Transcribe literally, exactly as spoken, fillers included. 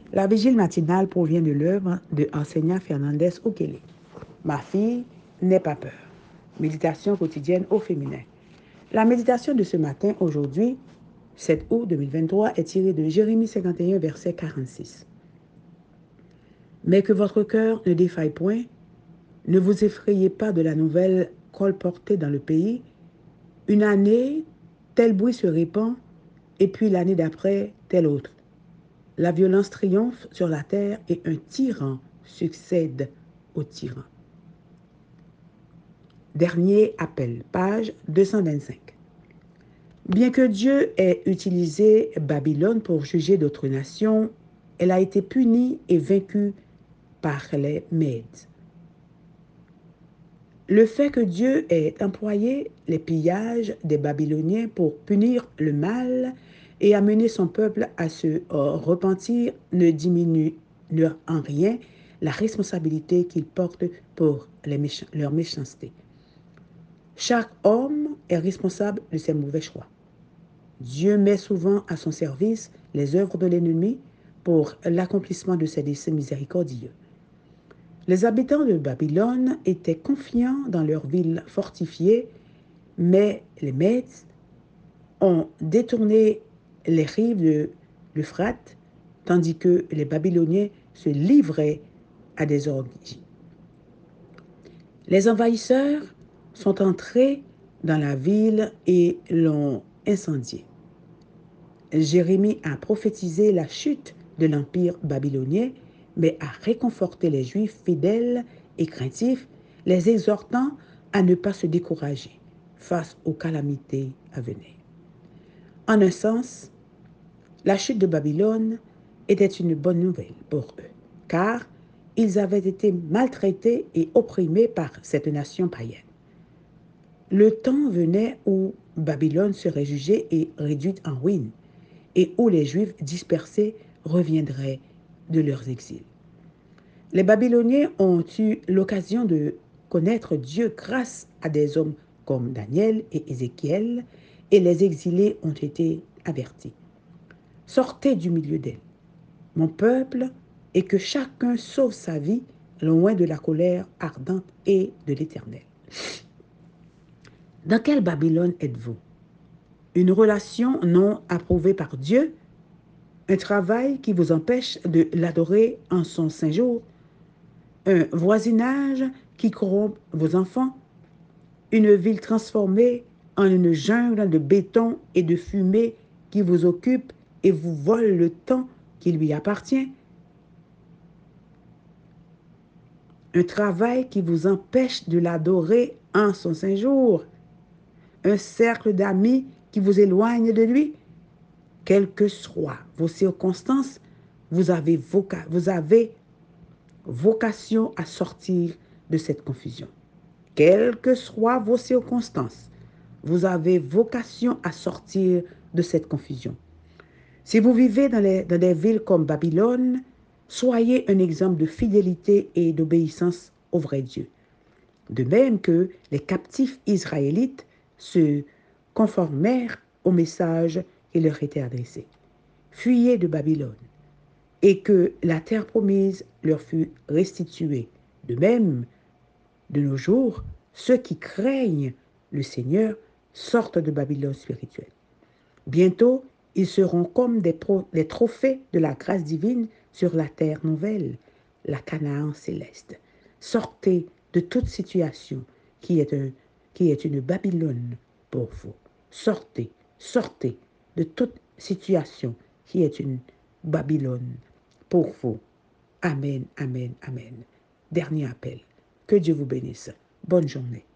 La vigile matinale provient de l'œuvre de Enseignant Fernandez Ukele. Ma fille, n'aie pas peur. Méditation quotidienne au féminin. La méditation de ce matin, aujourd'hui, sept août deux mille vingt-trois, est tirée de Jérémie cinquante et un, verset quarante-six. Mais que votre cœur ne défaille point, ne vous effrayez pas de la nouvelle colportée dans le pays. Une année, tel bruit se répand, et puis l'année d'après, tel autre. La violence triomphe sur la terre et un tyran succède au tyran. Dernier appel, page deux cent vingt-cinq. Bien que Dieu ait utilisé Babylone pour juger d'autres nations, elle a été punie et vaincue par les Mèdes. Le fait que Dieu ait employé les pillages des Babyloniens pour punir le mal et amener son peuple à se repentir ne diminue en rien la responsabilité qu'ils portent pour les méch- leur méchanceté. Chaque homme est responsable de ses mauvais choix. Dieu met souvent à son service les œuvres de l'ennemi pour l'accomplissement de ses desseins miséricordieux. Les habitants de Babylone étaient confiants dans leur ville fortifiée, mais les Mèdes ont détourné les rives de l'Euphrate, tandis que les Babyloniens se livraient à des orgies. Les envahisseurs sont entrés dans la ville et l'ont incendiée. Jérémie a prophétisé la chute de l'empire babylonien, mais a réconforté les Juifs fidèles et craintifs, les exhortant à ne pas se décourager face aux calamités à venir. En un sens, la chute de Babylone était une bonne nouvelle pour eux, car ils avaient été maltraités et opprimés par cette nation païenne. Le temps venait où Babylone serait jugée et réduite en ruine, et où les Juifs dispersés reviendraient de leurs exils. Les Babyloniens ont eu l'occasion de connaître Dieu grâce à des hommes comme Daniel et Ézéchiel, et les exilés ont été avertis. Sortez du milieu d'elle, mon peuple, et que chacun sauve sa vie loin de la colère ardente et de l'Éternel. Dans quelle Babylone êtes-vous? Une relation non approuvée par Dieu? Un travail qui vous empêche de l'adorer en son saint jour? Un voisinage qui corrompt vos enfants? Une ville transformée en une jungle de béton et de fumée qui vous occupe et vous vole le temps qui lui appartient? Un travail qui vous empêche de l'adorer en son saint jour? Un cercle d'amis qui vous éloigne de lui? Quelles que soient vos circonstances, vous avez, voca vous avez vocation à sortir de cette confusion. Quelles que soient vos circonstances, vous avez vocation à sortir de cette confusion. Si vous vivez dans, les, dans des villes comme Babylone, soyez un exemple de fidélité et d'obéissance au vrai Dieu. De même que les captifs israélites se conformèrent au message qui leur était adressé. Fuyez de Babylone, et que la terre promise leur fut restituée. De même, de nos jours, ceux qui craignent le Seigneur sortent de Babylone spirituelle. Bientôt, ils seront comme des, des trophées de la grâce divine sur la terre nouvelle, la Canaan céleste. Sortez de toute situation qui est, un, qui est une Babylone pour vous. Sortez, sortez de toute situation qui est une Babylone pour vous. Amen, amen, amen. Dernier appel. Que Dieu vous bénisse. Bonne journée.